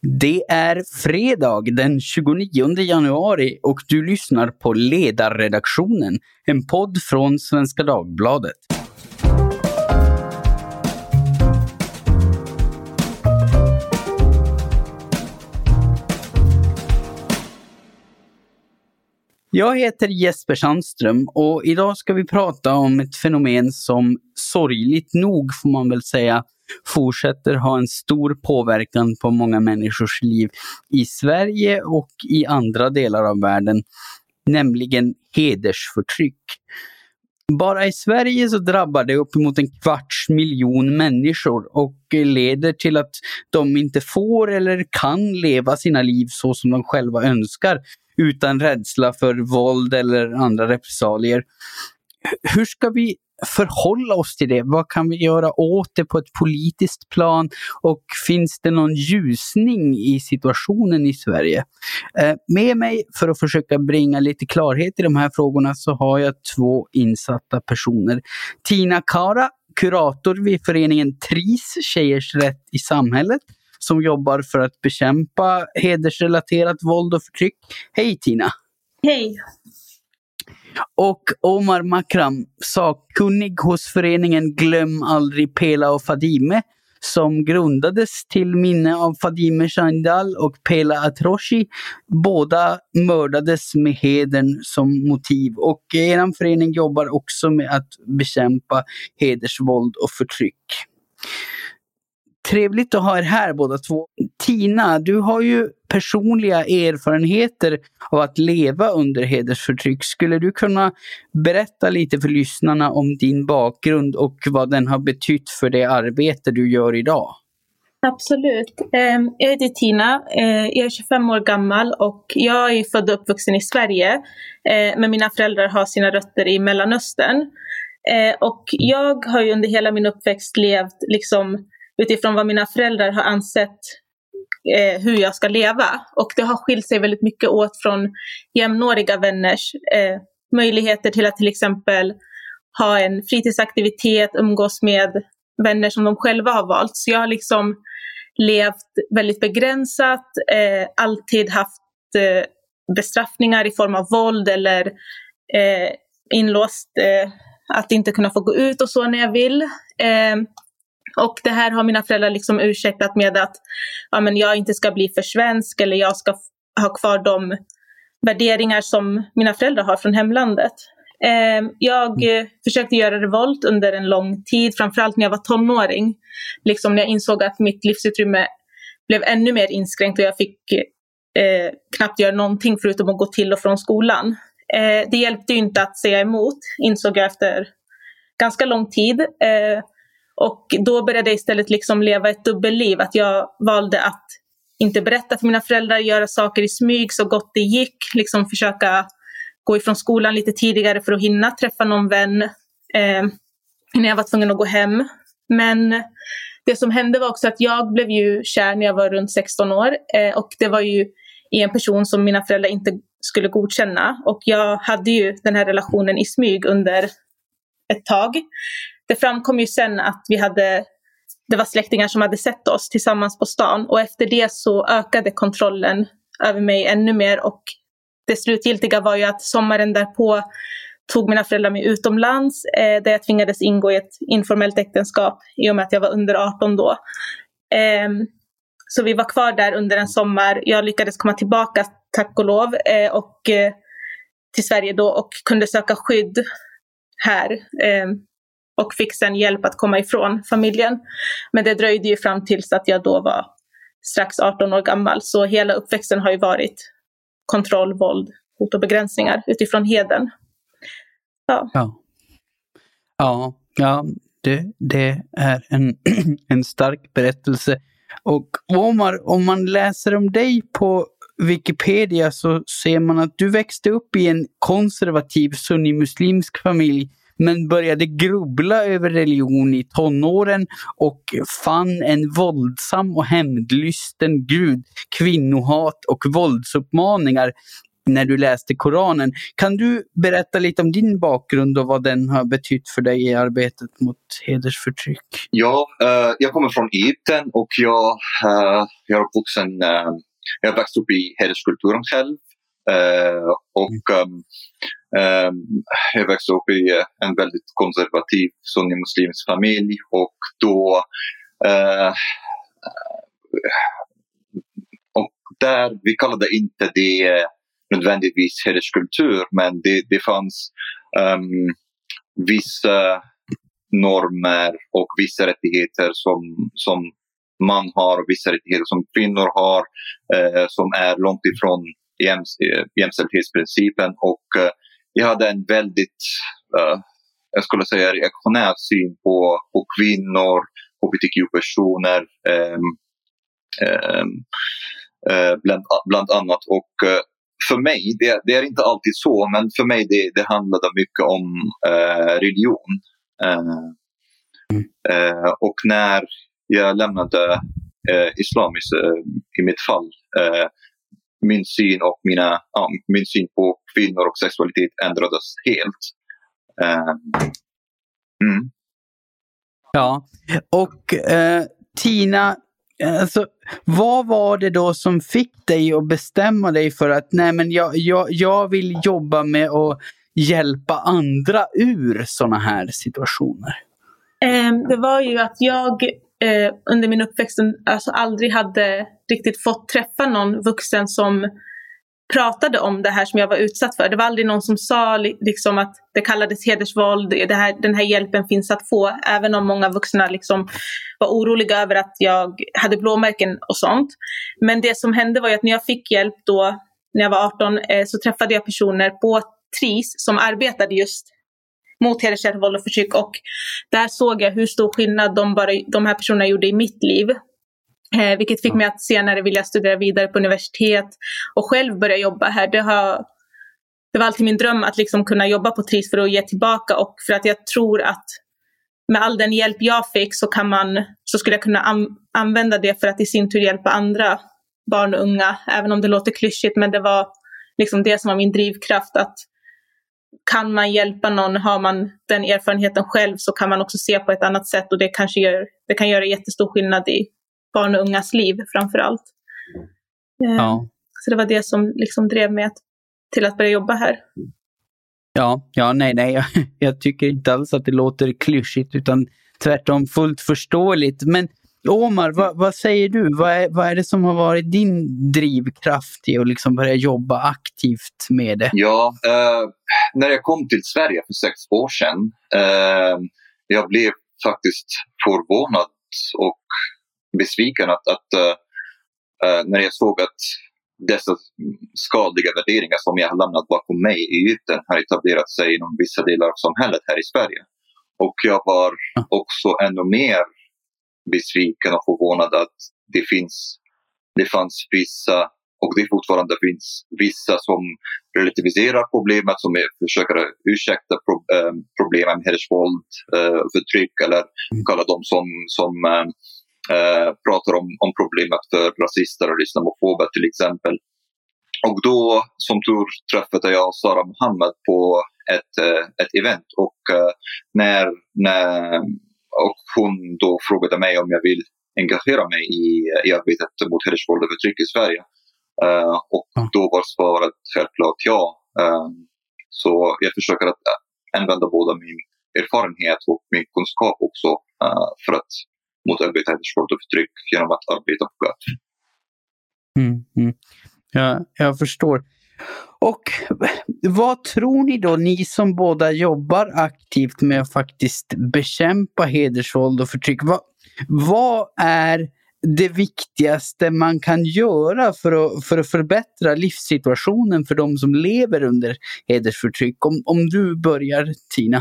Det är fredag den 29 januari och du lyssnar på Ledarredaktionen, en podd från Svenska Dagbladet. Jag heter Jesper Sandström och idag ska vi prata om ett fenomen som sorgligt nog får man väl säga fortsätter ha en stor påverkan på många människors liv i Sverige och i andra delar av världen, nämligen hedersförtryck. Bara i Sverige så drabbar det uppemot 250 000 människor och leder till att de inte får eller kan leva sina liv så som de själva önskar utan rädsla för våld eller andra repressalier. Hur ska vi förhålla oss till det? Vad kan vi göra åt det på ett politiskt plan? Och finns det någon ljusning i situationen i Sverige? Med mig för att försöka bringa lite klarhet i de här frågorna så har jag två insatta personer. Tina Kara, kurator vid föreningen TRIS, Tjejers rätt i samhället, som jobbar för att bekämpa hedersrelaterat våld och förtryck. Hej Tina! Hej! Och Omar Makram, sakkunnig hos föreningen Glöm aldrig Pela och Fadime, som grundades till minne av Fadime Shandal och Pela Atroshi. Båda mördades med hedern som motiv och er förening jobbar också med att bekämpa hedersvåld och förtryck. Trevligt att ha er här båda två. Tina, du har ju personliga erfarenheter av att leva under hedersförtryck. Skulle du kunna berätta lite för lyssnarna om din bakgrund och vad den har betytt för det arbete du gör idag? Absolut. Jag heter Tina, jag är 25 år gammal och jag är född och uppvuxen i Sverige. Men mina föräldrar har sina rötter i Mellanöstern. Och jag har ju under hela min uppväxt levt liksom utifrån vad mina föräldrar har ansett hur jag ska leva. Och det har skilt sig väldigt mycket åt från jämnåriga vänners möjligheter till exempel ha en fritidsaktivitet, umgås med vänner som de själva har valt. Så jag har liksom levt väldigt begränsat, alltid haft bestraffningar i form av våld eller inlåst att inte kunna få gå ut och så när jag vill. Och det här har mina föräldrar liksom ursäktat med att men jag inte ska bli för svensk eller jag ska ha kvar de värderingar som mina föräldrar har från hemlandet. Jag försökte göra revolt under en lång tid, framförallt när jag var tonåring. Liksom när jag insåg att mitt livsutrymme blev ännu mer inskränkt och jag fick knappt göra någonting förutom att gå till och från skolan. Det hjälpte ju inte att säga emot, insåg jag efter ganska lång tid. Och då började jag istället liksom leva ett dubbelliv. Att jag valde att inte berätta för mina föräldrar, göra saker i smyg så gott det gick. Liksom försöka gå ifrån skolan lite tidigare för att hinna träffa någon vän när jag var tvungen att gå hem. Men det som hände var också att jag blev ju kär när jag var runt 16 år. Och det var ju i en person som mina föräldrar inte skulle godkänna. Och jag hade ju den här relationen i smyg under ett tag. Det framkom ju sen att det var släktingar som hade sett oss tillsammans på stan. Och efter det så ökade kontrollen över mig ännu mer. Och det slutgiltiga var ju att sommaren därpå tog mina föräldrar mig utomlands. Där jag tvingades ingå i ett informellt äktenskap i och med att jag var under 18 då. Så vi var kvar där under en sommar. Jag lyckades komma tillbaka, tack och lov, och till Sverige då och kunde söka skydd här. Och fick sen hjälp att komma ifrån familjen. Men det dröjde ju fram tills att jag då var strax 18 år gammal. Så hela uppväxten har ju varit kontroll, våld, hot och begränsningar utifrån heden. Ja, det är en stark berättelse. Och Omar, om man läser om dig på Wikipedia så ser man att du växte upp i en konservativ sunnimuslimsk familj men började grubbla över religion i tonåren och fann en våldsam och hämndlysten gud, kvinnohat och våldsuppmaningar när du läste Koranen. Kan du berätta lite om din bakgrund och vad den har betytt för dig i arbetet mot hedersförtryck? Ja, jag kommer från Egypten och jag har växt upp i hederskulturen själv. Jag växte upp i en väldigt konservativ sunni-muslimsk familj, och då och där vi kallade inte det nödvändigtvis hederskultur, men det fanns vissa normer och vissa rättigheter som man har och vissa rättigheter som kvinnor har, som är långt ifrån jämställdhetsprincipen. Och jag hade en väldigt, jag skulle säga, reaktionär syn på kvinnor, hbtq-personer bland annat. Och för mig, det är inte alltid så, men för mig det handlade mycket om religion. Och när jag lämnade islam i mitt fall, min syn på kvinnor och sexualitet ändrades helt. Ja, och Tina, alltså, vad var det då som fick dig att bestämma dig för att jag vill jobba med att hjälpa andra ur såna här situationer? Det var ju att jag under min uppväxt aldrig hade riktigt fått träffa någon vuxen som pratade om det här som jag var utsatt för. Det var aldrig någon som sa liksom att det kallades hedersvåld, den här hjälpen finns att få, även om många vuxna liksom var oroliga över att jag hade blåmärken och sånt. Men det som hände var ju att när jag fick hjälp då, när jag var 18, så träffade jag personer på TRIS som arbetade just mot hedersrelaterat våld och förtryck, och där såg jag hur stor skillnad de här personerna gjorde i mitt liv. Vilket fick mig att senare vilja studera vidare på universitet och själv börja jobba här. Det var alltid min dröm att liksom kunna jobba på TRIS för att ge tillbaka, och för att jag tror att med all den hjälp jag fick så skulle jag kunna använda det för att i sin tur hjälpa andra barn och unga, även om det låter klyschigt, men det var liksom det som var min drivkraft, att kan man hjälpa någon, har man den erfarenheten själv, så kan man också se på ett annat sätt, och det kan göra jättestor skillnad i barn och ungas liv framförallt. Så det var det som liksom drev mig till att börja jobba här. Nej. Jag tycker inte alls att det låter klyschigt, utan tvärtom fullt förståeligt. Men Omar, vad säger du? Vad är det som har varit din drivkraft i att liksom börja jobba aktivt med det? Ja, när jag kom till Sverige för 6 år sedan, jag blev faktiskt förvånad och besviken att när jag såg att dessa skadliga värderingar som jag har lämnat bakom mig i Egypten har etablerat sig inom vissa delar av samhället här i Sverige. Och jag var också ännu mer besviken och förvånad att det fanns vissa, och det fortfarande finns vissa, som relativiserar problemet, som försöker ursäkta problemen med hedersvåld, förtryck, eller kalla dem som pratar om problemet för rasister eller islamofober till exempel. Och då som tur träffade jag Sara Mohammed på ett event, och när hon då frågade mig om jag vill engagera mig i arbetet mot hedersvåld och förtryck i Sverige. Och då var svaret självklart ja. Så jag försöker att använda både min erfarenhet och min kunskap också för att motarbeta hedersvåld och förtryck genom att arbeta på GAP. Ja, jag förstår. Och vad tror ni då, ni som båda jobbar aktivt med att faktiskt bekämpa hedersvåld och förtryck? Vad är det viktigaste man kan göra för att förbättra livssituationen för de som lever under hedersförtryck? Om du börjar, Tina.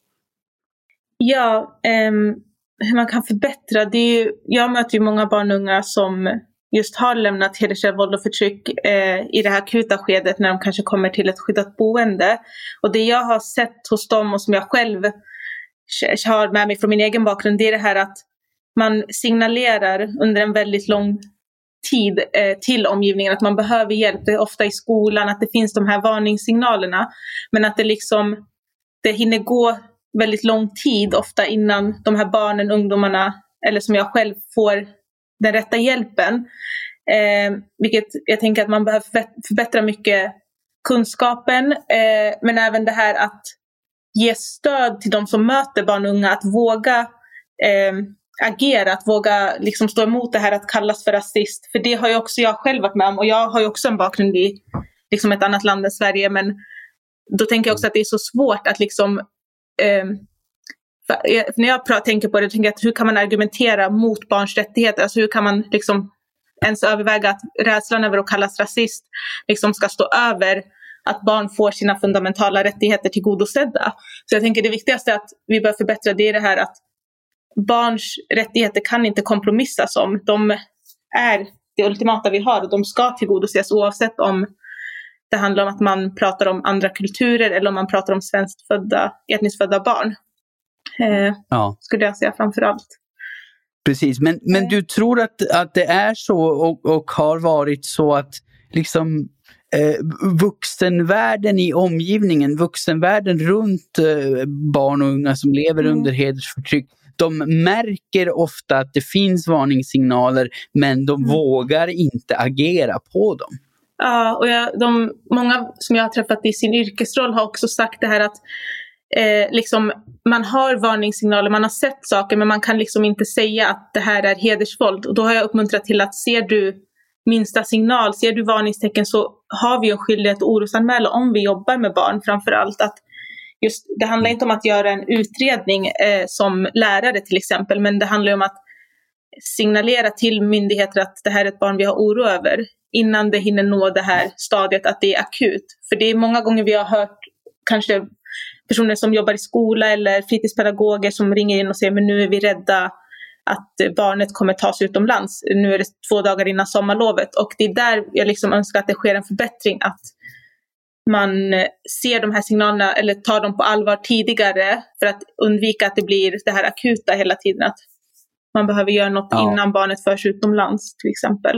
Ja, hur man kan förbättra, jag möter ju många barn och unga som just har lämnat hedersrelaterat våld och förtryck i det här akuta skedet när de kanske kommer till ett skyddat boende. Och det jag har sett hos dem och som jag själv har med mig från min egen bakgrund, det är det här att man signalerar under en väldigt lång tid till omgivningen, att man behöver hjälp. Det är ofta i skolan att det finns de här varningssignalerna, men att det hinner gå väldigt lång tid ofta innan de här barnen, ungdomarna eller som jag själv får den rätta hjälpen. Vilket jag tänker att man behöver förbättra mycket kunskapen, men även det här att ge stöd till de som möter barn och unga, att våga agera, att våga liksom stå emot det här att kallas för rasist. För det har ju också jag själv varit med om, och jag har ju också en bakgrund i liksom ett annat land än Sverige, men då tänker jag också att det är så svårt att liksom när jag tänker på det, tänker jag att hur kan man argumentera mot barns rättigheter? Alltså hur kan man liksom ens överväga att rädslan över att kallas rasist liksom ska stå över att barn får sina fundamentala rättigheter tillgodosedda. Så jag tänker det viktigaste är att vi bör förbättra, det är det här att barns rättigheter kan inte kompromissas om. De är det ultimata vi har och de ska tillgodoses oavsett om det handlar om att man pratar om andra kulturer eller om man pratar om etniskt födda barn. Skulle jag säga framförallt. Precis, men du tror att det är så och har varit så att liksom vuxenvärlden i omgivningen, vuxenvärlden runt barn och unga som lever under hedersförtryck, de märker ofta att det finns varningssignaler, men de vågar inte agera på dem. Ja, och många som jag har träffat i sin yrkesroll har också sagt det här att liksom, man har varningssignaler, man har sett saker, men man kan liksom inte säga att det här är hedersvåld. Och då har jag uppmuntrat till att ser du minsta signal, ser du varningstecken, så har vi en skyldighet att orosanmäla om vi jobbar med barn framförallt. Att just, det handlar inte om att göra en utredning som lärare till exempel, men det handlar om att signalera till myndigheter att det här är ett barn vi har oro över innan det hinner nå det här stadiet att det är akut. För det är många gånger vi har hört kanske personer som jobbar i skola eller fritidspedagoger som ringer in och säger men nu är vi rädda att barnet kommer tas utomlands. Nu är det 2 dagar innan sommarlovet, och det är där jag liksom önskar att det sker en förbättring, att man ser de här signalerna eller tar dem på allvar tidigare för att undvika att det blir det här akuta hela tiden, att man behöver göra något innan barnet förs utomlands till exempel.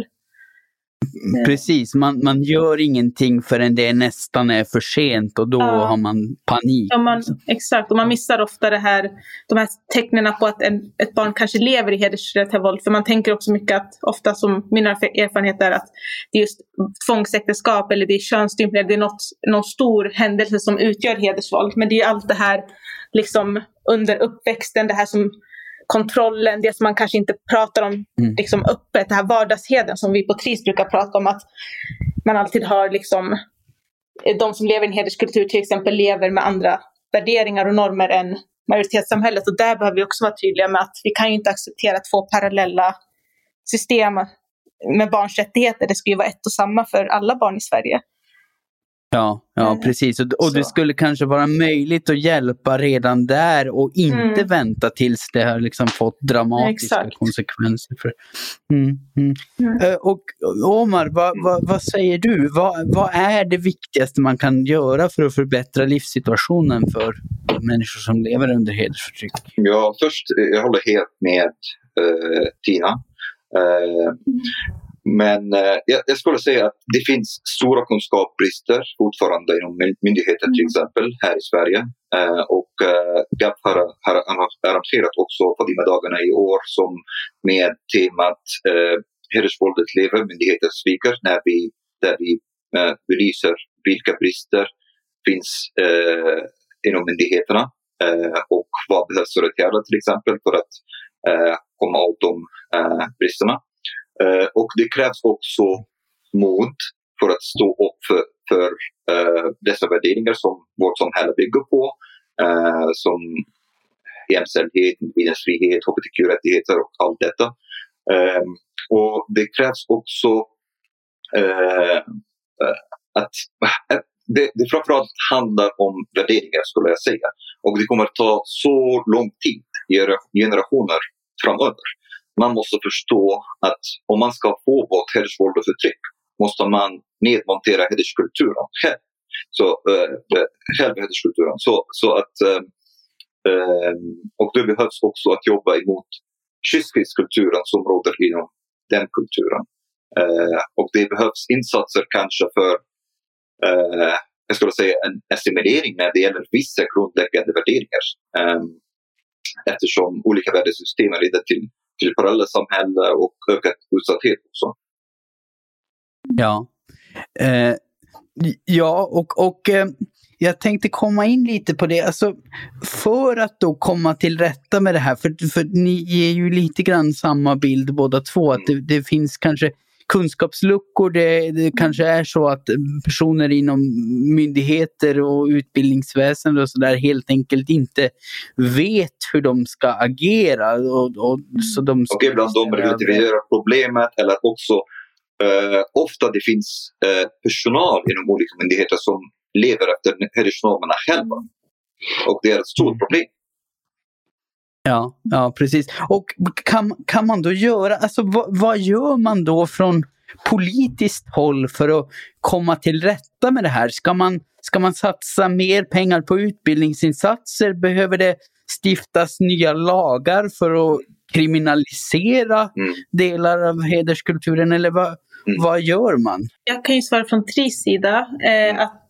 Precis, man gör ingenting förrän det nästan är för sent och då har man panik. Exakt, och man missar ofta de här tecknen på att ett barn kanske lever i hedersrelaterat våld. För man tänker också mycket att ofta, som mina erfarenheter är, att det är just tvångsäktenskap eller det är könsstympning, det är någon stor händelse som utgör hedersvåld. Men det är allt det här liksom under uppväxten, det här som kontrollen, det som man kanske inte pratar om liksom öppet, det här vardagsheden som vi på TRIS brukar prata om, att man alltid har liksom de som lever i en hederskultur till exempel lever med andra värderingar och normer än majoritetssamhället, och där behöver vi också vara tydliga med att vi kan ju inte acceptera 2 parallella system med barns rättigheter. Det ska ju vara ett och samma för alla barn i Sverige. Ja, precis. Och det skulle kanske vara möjligt att hjälpa redan där och inte vänta tills det har liksom fått dramatiska konsekvenser. Och Omar, vad säger du? Vad är det viktigaste man kan göra för att förbättra livssituationen för människor som lever under hedersförtryck? Ja, först, jag håller helt med Tina. Men jag skulle säga att det finns stora kunskapsbrister fortfarande inom myndigheter till exempel här i Sverige. Och GAP har arrangerat också Fadime-dagarna i år som med temat hedersvåldet lever, myndigheter sviker, där vi belyser vilka brister finns inom myndigheterna och vad behövs för att göra till exempel för att komma åt de bristerna. Och det krävs också mod för att stå upp för dessa värderingar som vårt samhälle bygger på, som jämställdhet, individens frihet, hbtq-rättigheter och allt detta. Och det krävs också att det framförallt handlar om värderingar, skulle jag säga. Och det kommer att ta så lång tid, generationer framöver. Man måste förstå att om man ska få bort hedersvåld och förtryck måste man nedmontera hederskulturen själv. Själva hederskulturen. Så att, och det behövs också att jobba emot kyskhetskulturen som råder inom den kulturen. Och det behövs insatser kanske för jag skulle säga en assimilering när det gäller vissa grundläggande värderingar. Eftersom olika värdesystem leder till parallellsamhälle och ökad utsatthet också. Ja. Och jag tänkte komma in lite på det. Alltså, för att då komma till rätta med det här, för ni ger ju lite grann samma bild båda två, att det finns kanske kunskapsluckor, det kanske är så att personer inom myndigheter och utbildningsväsen och så där helt enkelt inte vet hur de ska agera. Och ibland de relativiserar problemet, eller också ofta det finns personal inom olika myndigheter som lever efter hedersnormerna själva. Och det är ett stort problem. Ja, precis. Och kan man då göra, alltså vad gör man då från politiskt håll för att komma till rätta med det här? Ska man satsa mer pengar på utbildningsinsatser? Behöver det stiftas nya lagar för att kriminalisera delar av hederskulturen, eller vad gör man? Jag kan ju svara från TRIs sida att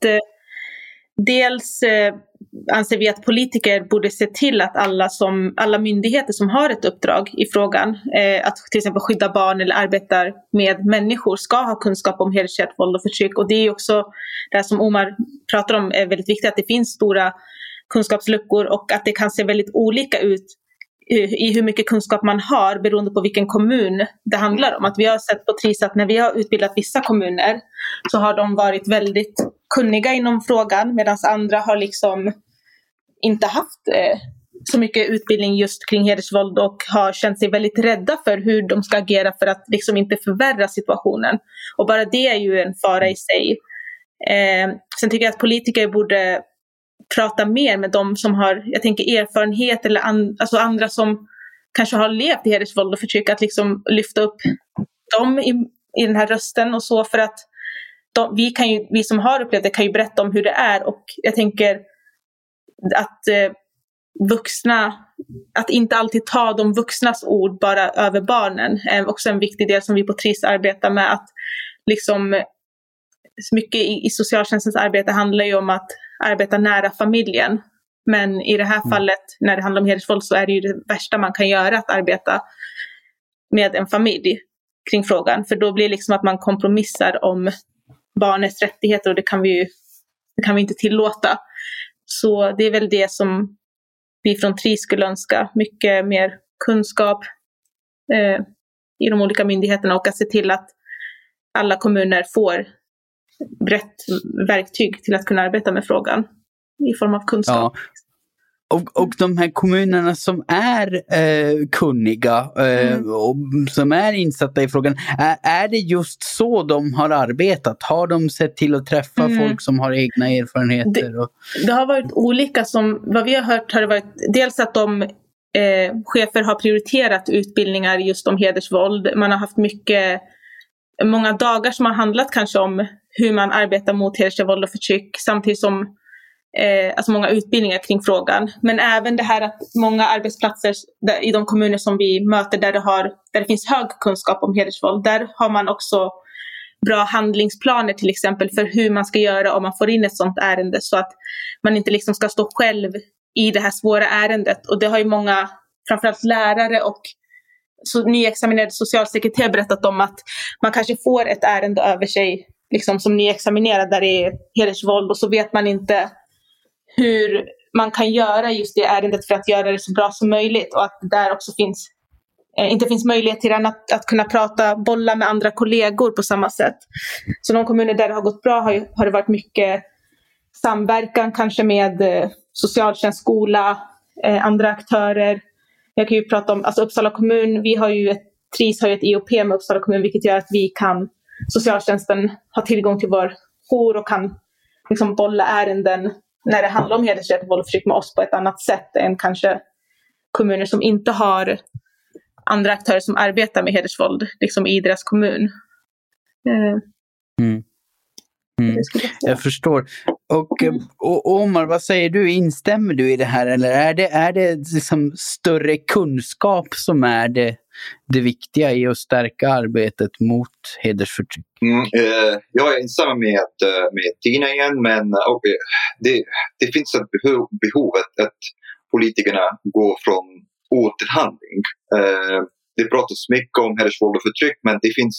dels anser vi att politiker borde se till att alla myndigheter som har ett uppdrag i frågan, att till exempel skydda barn eller arbetar med människor, ska ha kunskap om hedersrelaterat våld och förtryck. Och det är också det som Omar pratar om, är väldigt viktigt, att det finns stora kunskapsluckor och att det kan se väldigt olika ut i hur mycket kunskap man har beroende på vilken kommun det handlar om. Att vi har sett på TRIS att när vi har utbildat vissa kommuner så har de varit väldigt kunniga inom frågan, medan andra har liksom inte haft så mycket utbildning just kring hedersvåld och har känt sig väldigt rädda för hur de ska agera för att liksom inte förvärra situationen. Och bara det är ju en fara i sig. Sen tycker jag att politiker borde prata mer med de som har, jag tänker, erfarenhet eller alltså andra som kanske har levt i hedersvåld och förtryck, att liksom lyfta upp dem i den här rösten och så, för att vi som har upplevt det kan ju berätta om hur det är. Och jag tänker att vuxna, att inte alltid ta de vuxnas ord bara över barnen, är också en viktig del som vi på TRIS arbetar med. Att liksom mycket i socialtjänstens arbete handlar ju om att arbeta nära familjen. Men i det här fallet, när det handlar om hedersvåld, så är det ju det värsta man kan göra, att arbeta med en familj kring frågan. För då blir det liksom att man kompromissar om barnets rättigheter, och det kan vi inte tillåta. Så det är väl det som vi från TRIS skulle önska. Mycket mer kunskap i de olika myndigheterna, och att se till att alla kommuner får rätt verktyg till att kunna arbeta med frågan i form av kunskap. Ja. Och de här kommunerna som är kunniga och som är insatta i frågan, är det just så de har arbetat? Har de sett till att träffa folk som har egna erfarenheter? Det har varit olika. Vad vi har hört har det varit dels att chefer har prioriterat utbildningar just om hedersvåld. Man har haft många dagar som har handlat kanske om hur man arbetar mot hedersrelaterat våld och förtryck, samtidigt som alltså många utbildningar kring frågan. Men även det här att många arbetsplatser i de kommuner som vi möter där det finns hög kunskap om hedersvåld, där har man också bra handlingsplaner till exempel för hur man ska göra om man får in ett sådant ärende, så att man inte liksom ska stå själv i det här svåra ärendet. Och det har ju många, framförallt lärare och nyexaminerade socialsekreterare, berättat om, att man kanske får ett ärende över sig liksom som nyexaminerad där det är hedersvåld, och så vet man inte hur man kan göra just det ärendet för att göra det så bra som möjligt, och att där också inte finns möjlighet till att kunna bolla med andra kollegor på samma sätt. Så de kommuner där det har gått bra har det varit mycket samverkan kanske med socialtjänst, skola, andra aktörer. Jag kan ju prata om Uppsala kommun. TRIS har ju ett IOP med Uppsala kommun, vilket gör att socialtjänsten har tillgång till vår jour och kan liksom bolla ärenden när det handlar om hedersrelaterat våld och förtryck med oss på ett annat sätt än kanske kommuner som inte har andra aktörer som arbetar med hedersvåld, liksom i deras kommun. Jag förstår. Och Omar, vad säger du? Instämmer du i det här? Eller är det liksom större kunskap som är det viktiga i att stärka arbetet mot hedersförtryck? Jag instämmer med Tina igen, men det finns ett behov att politikerna går från ord till handling. Det pratas mycket om hedersvåld och förtryck, men det finns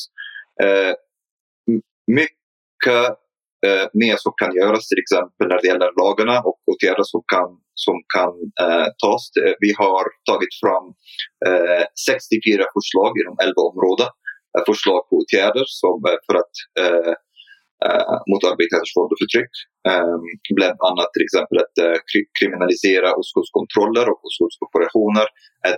mycket mer som kan göras, till exempel när det gäller lagarna och åtgärder som kan tas. Vi har tagit fram 64 förslag inom 11 områden. Förslag på åtgärder för att motarbeta hedersvåld och förtryck. Bland annat till exempel att kriminalisera oskuldskontroller och oskuldsoperationer.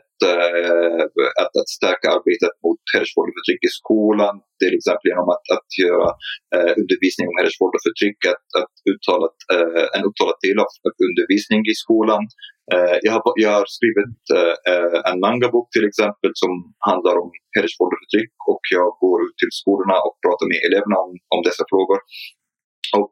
Att stärka arbetet mot hedersvåld och förtryck i skolan. Till exempel genom att göra undervisning om hedersvåld och förtryck. En uttalad del av undervisning i skolan. Jag har skrivit en mangabok till exempel som handlar om hedersvåld och förtryck, och jag går ut till skolorna och pratar med eleverna om dessa frågor. Och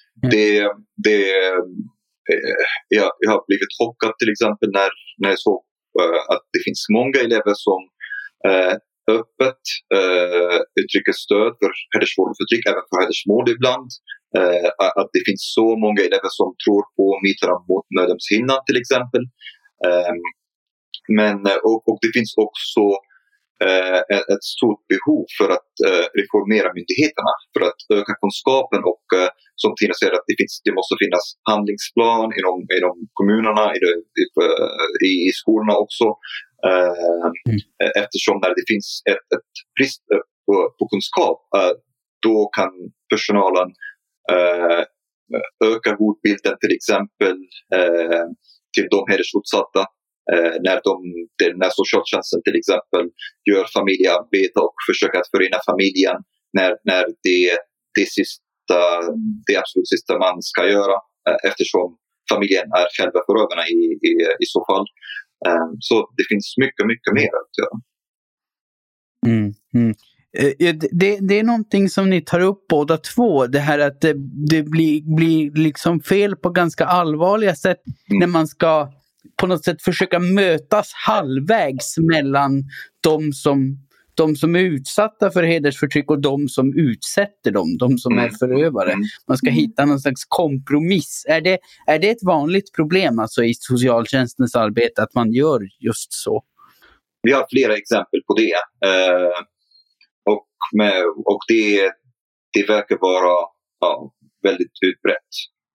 jag har blivit chockad till exempel när jag såg att det finns många elever som öppet uttrycker stöd för hedersvåld och förtryck, även för hedersmord ibland. Att det finns så många elever som tror på myterna mot mödomshinnan till exempel. Och det finns också ett stort behov för att reformera myndigheterna, för att öka kunskapen, och som Tina säger, att det måste finnas handlingsplan inom kommunerna, i skolorna också. Eftersom när det finns ett brist på kunskap, då kan personalen öka hotbilden till exempel till de hedersutsatta. När socialtjänsten till exempel gör familjearbete och försöker att förena familjen när det absolut sista man ska göra, eftersom familjen är själva förövarna i så fall. Så det finns mycket mer att göra. Det är någonting som ni tar upp båda två, det här att det blir liksom fel på ganska allvarliga sätt när man ska på något sätt försöka mötas halvvägs mellan de som är utsatta för hedersförtryck och de som utsätter dem, de som är förövare. Man ska hitta någon slags kompromiss. Är det ett vanligt problem alltså i socialtjänstens arbete att man gör just så? Vi har flera exempel på det. Och det verkar vara väldigt utbrett.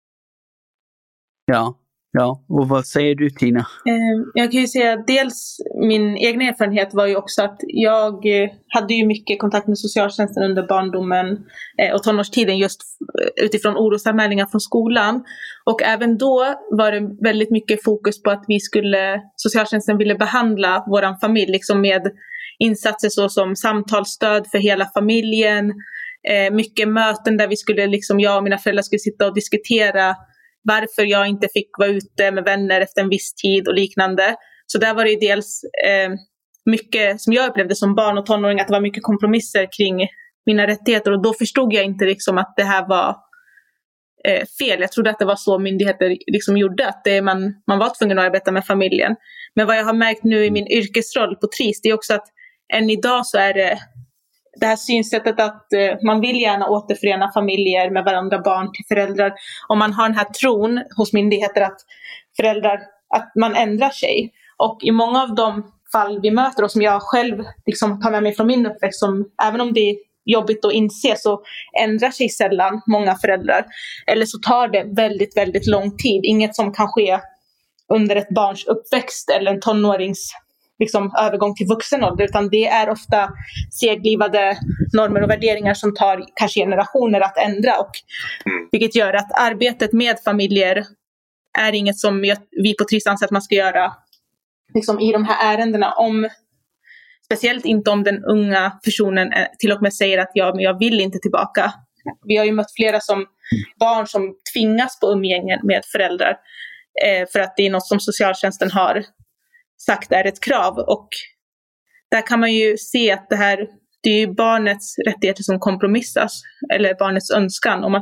Ja, och vad säger du, Tina? Jag kan ju säga att dels min egen erfarenhet var ju också att jag hade ju mycket kontakt med socialtjänsten under barndomen och tonårstiden, just utifrån orosanmälningar från skolan. Och även då var det väldigt mycket fokus på att socialtjänsten ville behandla våran familj liksom med insatser såsom samtalsstöd för hela familjen, mycket möten där vi skulle liksom, jag och mina föräldrar skulle sitta och diskutera varför jag inte fick vara ute med vänner efter en viss tid och liknande. Så där var det dels mycket som jag upplevde som barn och tonåring, att det var mycket kompromisser kring mina rättigheter, och då förstod jag inte liksom att det här var fel. Jag trodde att det var så myndigheter liksom gjorde, att man var tvungen att arbeta med familjen. Men vad jag har märkt nu i min yrkesroll på TRIS, det är också att än idag så är det här synsättet att man vill gärna återförena familjer med varandra, barn till föräldrar. Och man har den här tron hos myndigheter att man ändrar sig. Och i många av de fall vi möter, och som jag själv liksom tar med mig från min uppväxt, även om det är jobbigt att inse, så ändrar sig sällan många föräldrar. Eller så tar det väldigt, väldigt lång tid. Inget som kan ske under ett barns uppväxt eller en tonårings liksom övergång till vuxen ålder, utan det är ofta seglivade normer och värderingar som tar kanske generationer att ändra, och vilket gör att arbetet med familjer är inget som vi på TRIS anser att man ska göra liksom i de här ärendena, speciellt inte om den unga personen till och med säger att jag vill inte tillbaka. Vi har ju mött flera barn som tvingas på umgängen med föräldrar för att det är något som socialtjänsten har sagt är ett krav, och där kan man ju se att det är ju barnets rättigheter som kompromissas, eller barnets önskan om att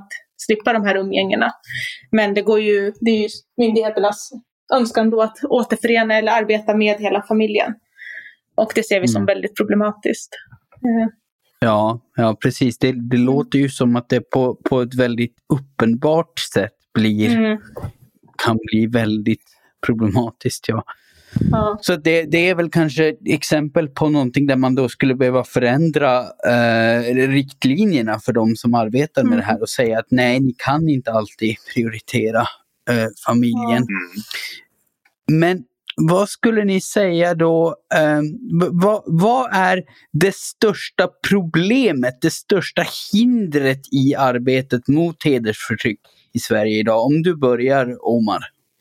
slippa de här umgängena. Men det är ju myndigheternas önskan då att återförena eller arbeta med hela familjen. Och det ser vi som väldigt problematiskt. Ja, precis. Det låter ju som att det på ett väldigt uppenbart sätt kan bli väldigt problematiskt. Ja. Så det är väl kanske exempel på någonting där man då skulle behöva förändra riktlinjerna för de som arbetar med det här och säga att nej, ni kan inte alltid prioritera familjen. Men vad skulle ni säga då, vad är det största problemet, det största hindret i arbetet mot hedersförtryck i Sverige idag? Om du börjar, Omar.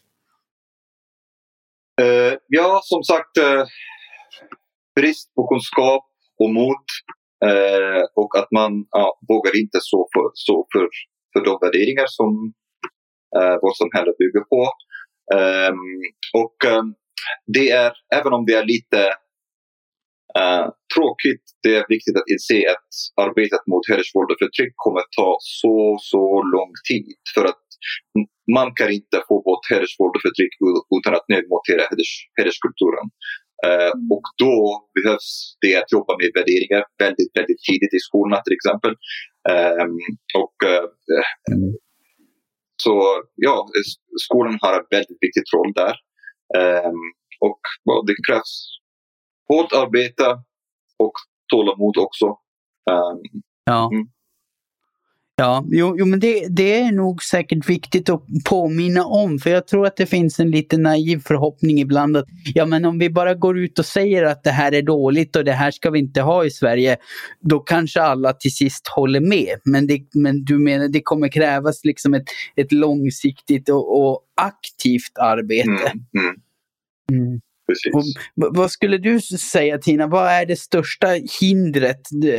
Ja, som sagt, brist på kunskap och mod och att man vågar inte stå för de värderingar som vårt samhälle bygger på. Och det är, även om det är lite tråkigt, det är viktigt att inse att arbetet mot hedersvåld och förtryck kommer att ta så lång tid, för att man kan inte få bort hedersvåld och förtryck utan att nedmontera hederskulturen. Och då behövs det att jobba med värderingar väldigt, väldigt tidigt i skolorna till exempel. Så ja, skolan har en väldigt viktig roll där. Och det krävs hårt arbete och tålamod också. Men det är nog säkert viktigt att påminna om, för jag tror att det finns en lite naiv förhoppning ibland att men om vi bara går ut och säger att det här är dåligt och det här ska vi inte ha i Sverige, då kanske alla till sist håller med. Men du menar det kommer krävas liksom ett långsiktigt och aktivt arbete. Precis. Vad skulle du säga, Tina? Vad är det största hindret?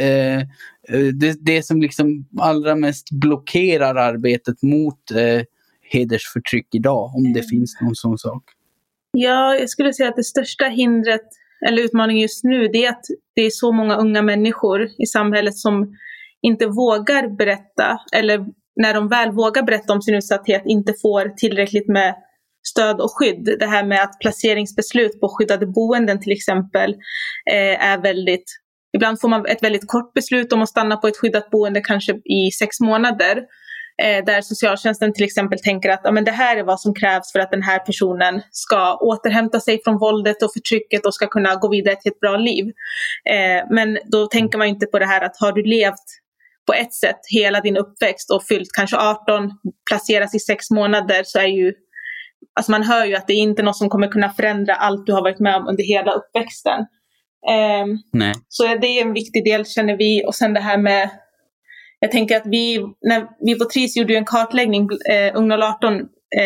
Det som liksom allra mest blockerar arbetet mot hedersförtryck idag, om det finns någon sån sak? Ja, jag skulle säga att det största hindret eller utmaningen just nu, det är att det är så många unga människor i samhället som inte vågar berätta, eller när de väl vågar berätta om sin utsatthet inte får tillräckligt med stöd och skydd. Det här med att placeringsbeslut på skyddade boenden till exempel är väldigt, ibland får man ett väldigt kort beslut om att stanna på ett skyddat boende kanske i 6 månader. Där socialtjänsten till exempel tänker att men det här är vad som krävs för att den här personen ska återhämta sig från våldet och förtrycket och ska kunna gå vidare till ett bra liv. Men då tänker man inte på det här att har du levt på ett sätt hela din uppväxt och fyllt kanske 18, placeras i 6 månader, så är ju, alltså man hör ju att det är inte något som kommer kunna förändra allt du har varit med om under hela uppväxten. Nej. Så det är en viktig del, känner vi. Och sen det här med, jag tänker att när vi på TRIS gjorde en kartläggning, Unga 18,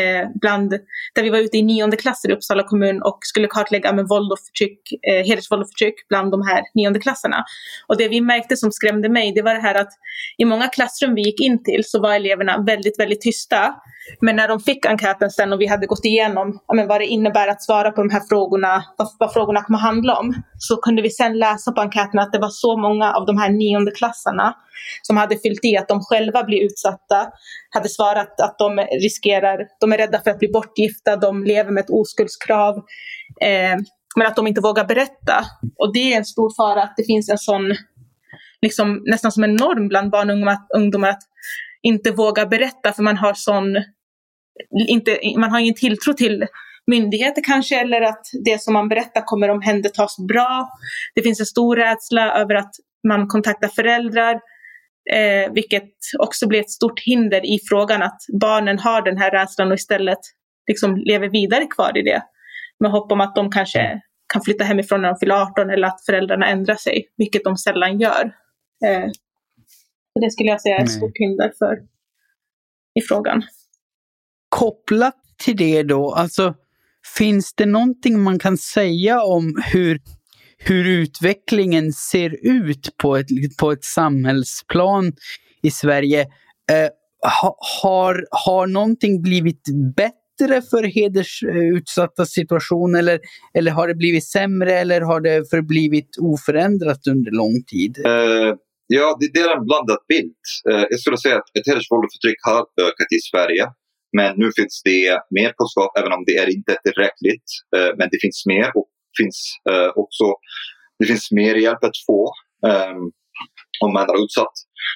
där vi var ute i 9:e klasser i Uppsala kommun och skulle kartlägga med våld och förtryck, hedersvåld och förtryck bland de här 9:e klasserna. Och det vi märkte som skrämde mig, det var det här att i många klassrum vi gick in till så var eleverna väldigt, väldigt tysta. Men när de fick enkäten sen och vi hade gått igenom vad det innebär att svara på de här frågorna, vad frågorna kommer handla om, så kunde vi sen läsa på enkäten att det var så många av de här 9:e klassarna som hade fyllt i att de själva blir utsatta, hade svarat att de är rädda för att bli bortgifta, de lever med ett oskuldskrav, men att de inte vågar berätta. Och det är en stor fara att det finns en sån, liksom, nästan som en norm bland barn och ungdomar att inte våga berätta, för man har ingen tilltro till myndigheter kanske, eller att det som man berättar kommer omhändertas bra. Det finns en stor rädsla över att man kontaktar föräldrar, vilket också blir ett stort hinder i frågan, att barnen har den här rädslan och istället liksom lever vidare kvar i det, med hopp om att de kanske kan flytta hemifrån när de fyller 18 eller att föräldrarna ändrar sig, vilket de sällan gör. Det skulle jag säga är ett stort hinder i frågan. Kopplat till det då, alltså finns det någonting man kan säga om hur utvecklingen ser ut på ett samhällsplan i Sverige? Har någonting blivit bättre för hedersutsatta situationer, eller har det blivit sämre, eller har det förblivit oförändrat under lång tid? Ja, det är en blandad bild. Jag skulle säga att hedersvåld och förtryck har ökat i Sverige. Men nu finns det mer kunskap, även om det är inte tillräckligt. Men det finns mer och det finns mer hjälp att få om man är utsatt.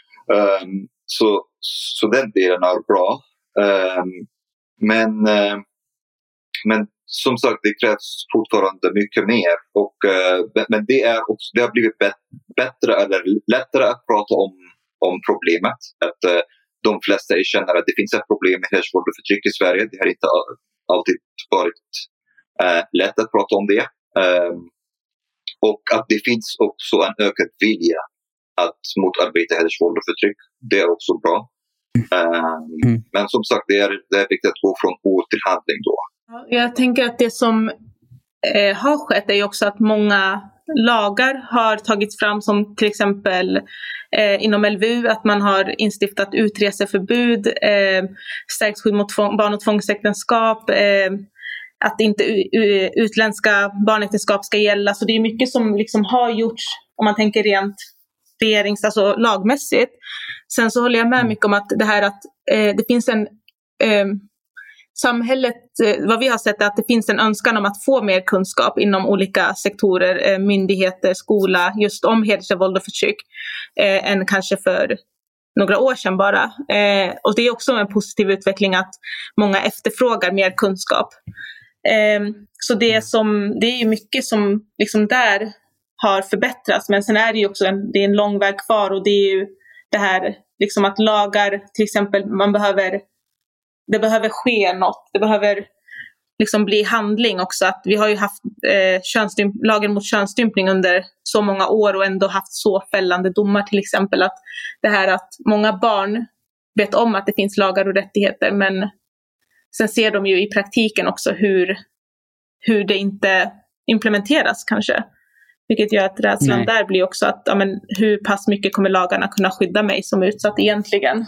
Så den delen är bra. Men som sagt, det krävs fortfarande mycket mer. Men det har blivit bättre eller lättare att prata om problemet. Att de flesta känner att det finns ett problem med hedersvåld och förtryck i Sverige. Det har inte alltid varit lätt att prata om det. Och att det finns också en ökad vilja att motarbeta hedersvåld och förtryck. Det är också bra. Men som sagt, det är viktigt att gå från ord till handling då. Jag tänker att det som har skett är ju också att många lagar har tagits fram, som till exempel inom LVU att man har instiftat utreseförbud, stärkt skydd mot barn- och tvångsäktenskap, att inte utländska barnäktenskap ska gälla. Så det är mycket som liksom har gjorts, om man tänker rent alltså lagmässigt. Sen så håller jag med mycket om att det här att det finns en samhället, vad vi har sett är att det finns en önskan om att få mer kunskap inom olika sektorer, myndigheter, skola, just om hedersvåld och förtryck än kanske för några år sedan bara. Och det är också en positiv utveckling att många efterfrågar mer kunskap. Så det är ju mycket som liksom där har förbättrats, men sen är det ju också det är en lång väg kvar, och det är ju det här liksom att lagar, till exempel det behöver ske något, det behöver liksom bli handling också. Att vi har ju haft lagen mot könsstympning under så många år och ändå haft så fällande domar, till exempel att det här att många barn vet om att det finns lagar och rättigheter, men sen ser de ju i praktiken också hur det inte implementeras kanske. Vilket gör att rädslan där blir också att hur pass mycket kommer lagarna kunna skydda mig som utsatt egentligen.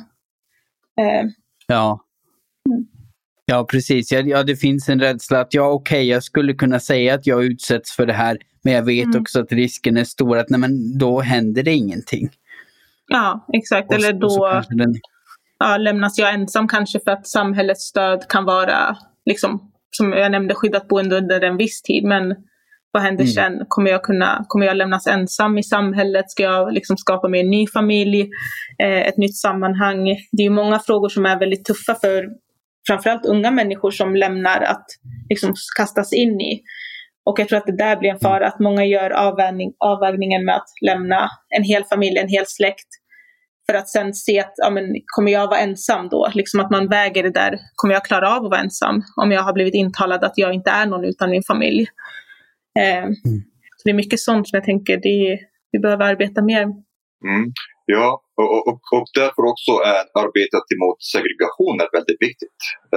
Ja, precis. Ja, det finns en rädsla att jag skulle kunna säga att jag utsätts för det här, men jag vet också att risken är stor att då händer det ingenting. Ja, exakt. Eller då lämnas jag ensam kanske för att samhällets stöd kan vara, liksom, som jag nämnde, skyddat boende under en viss tid. Men vad händer sen? Kommer jag lämnas ensam i samhället? Ska jag liksom skapa mig en ny familj? Ett nytt sammanhang? Det är ju många frågor som är väldigt tuffa för framförallt unga människor som lämnar att liksom kastas in i. Och jag tror att det där blir en fara, att många gör avvägningen med att lämna en hel familj, en hel släkt, för att sen se att kommer jag vara ensam då? Liksom att man väger det där, kommer jag klara av att vara ensam om jag har blivit intalad att jag inte är någon utan min familj? Så det är mycket sånt som jag tänker vi behöver arbeta mer. Ja, och därför också är arbetet emot segregation väldigt viktigt.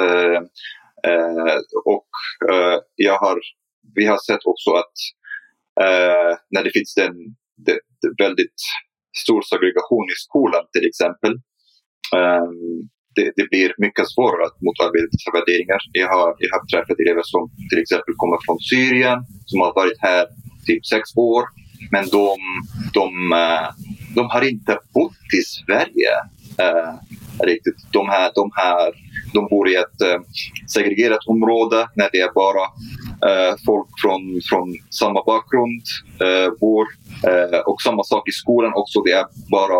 Vi har sett också att när det finns en väldigt stor segregation i skolan till exempel, det blir mycket svårare att motarbeta dessa värderingar. Jag har träffat elever som till exempel kommer från Syrien, som har varit här typ 6 år, men de har inte bott i Sverige riktigt. De bor i ett segregerat område när det är bara folk från samma bakgrund bor, och samma sak i skolan också. Det är bara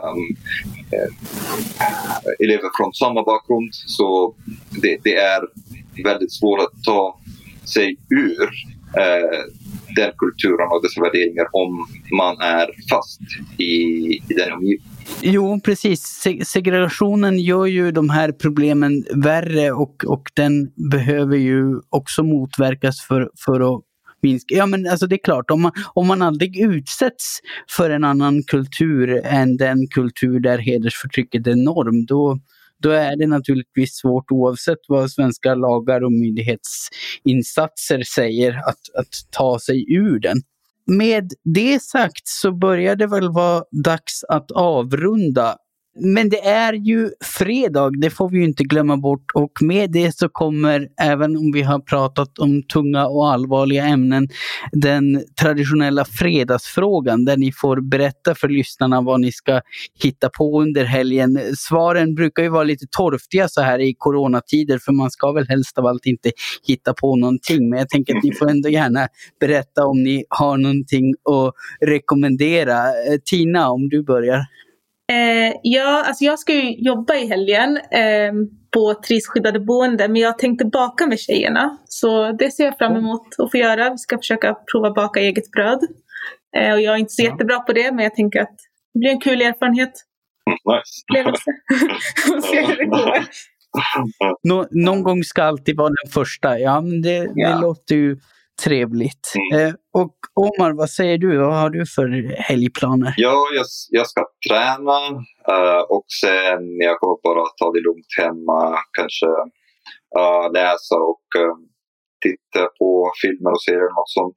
elever från samma bakgrund, så det är väldigt svårt att ta sig ur den kulturen och dessa värderingar om man är fast i den omgivningen. Jo, precis. Segregationen gör ju de här problemen värre, och den behöver ju också motverkas för att minska. Ja, men alltså det är klart, om man aldrig utsätts för en annan kultur än den kultur där hedersförtrycket är norm, då är det naturligtvis svårt, oavsett vad svenska lagar och myndighetsinsatser säger, att ta sig ur den. Med det sagt så börjar det väl vara dags att avrunda. Men det är ju fredag, det får vi ju inte glömma bort, och med det så kommer, även om vi har pratat om tunga och allvarliga ämnen, den traditionella fredagsfrågan där ni får berätta för lyssnarna vad ni ska hitta på under helgen. Svaren brukar ju vara lite torftiga så här i coronatider, för man ska väl helst av allt inte hitta på någonting, men jag tänker att ni får ändå gärna berätta om ni har någonting att rekommendera. Tina, om du börjar. Alltså jag ska ju jobba i helgen på trisskyddade boende, men jag tänkte baka med tjejerna. Så det ser jag fram emot att få göra. Vi ska försöka prova baka eget bröd. Och jag är inte så jättebra på det, men jag tänker att det blir en kul erfarenhet. Nice. Se hur det går. Någon gång ska alltid vara den första. Ja, men det låter ju trevligt. Och Omar, vad säger du? Vad har du för helgplaner? Ja, jag ska träna och sen jag kommer bara ta det lugnt hemma. Kanske läsa och titta på filmer och serier och något sånt.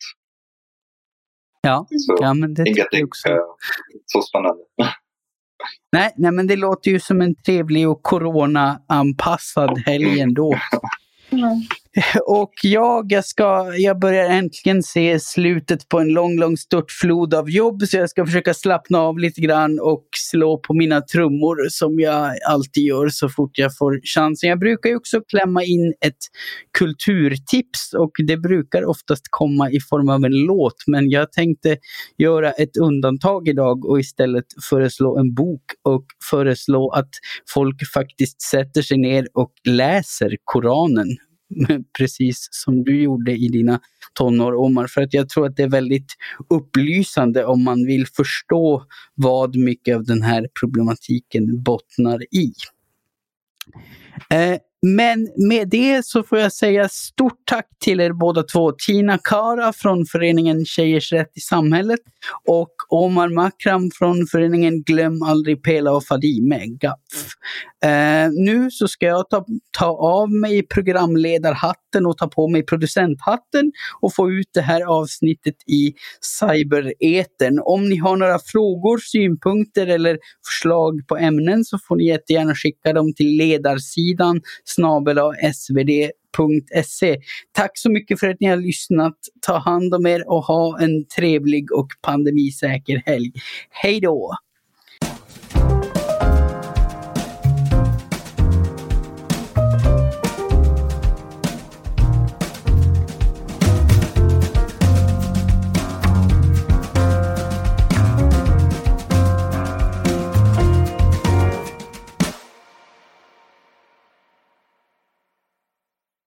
Ja, men det tycker jag också. Så spännande. Nej, men det låter ju som en trevlig och corona-anpassad helg ändå. Och jag börjar äntligen se slutet på en lång störtflod av jobb, så jag ska försöka slappna av lite grann och slå på mina trummor som jag alltid gör så fort jag får chansen. Jag brukar ju också klämma in ett kulturtips, och det brukar oftast komma i form av en låt, men jag tänkte göra ett undantag idag och istället föreslå en bok och föreslå att folk faktiskt sätter sig ner och läser Koranen. Precis som du gjorde i dina tonår, Omar, för att jag tror att det är väldigt upplysande om man vill förstå vad mycket av den här problematiken bottnar i. Men med det så får jag säga stort tack till er båda två. Tina Kara från föreningen Tjejers rätt i samhället och Omar Makram från föreningen Glöm aldrig Pela och Fadime, GAPF. Nu så ska jag ta av mig programledarhatten och ta på mig producenthatten och få ut det här avsnittet i cyberetern. Om ni har några frågor, synpunkter eller förslag på ämnen så får ni jättegärna skicka dem till ledarsidan @svd.se. Tack så mycket för att ni har lyssnat. Ta hand om er och ha en trevlig och pandemisäker helg. Hej då!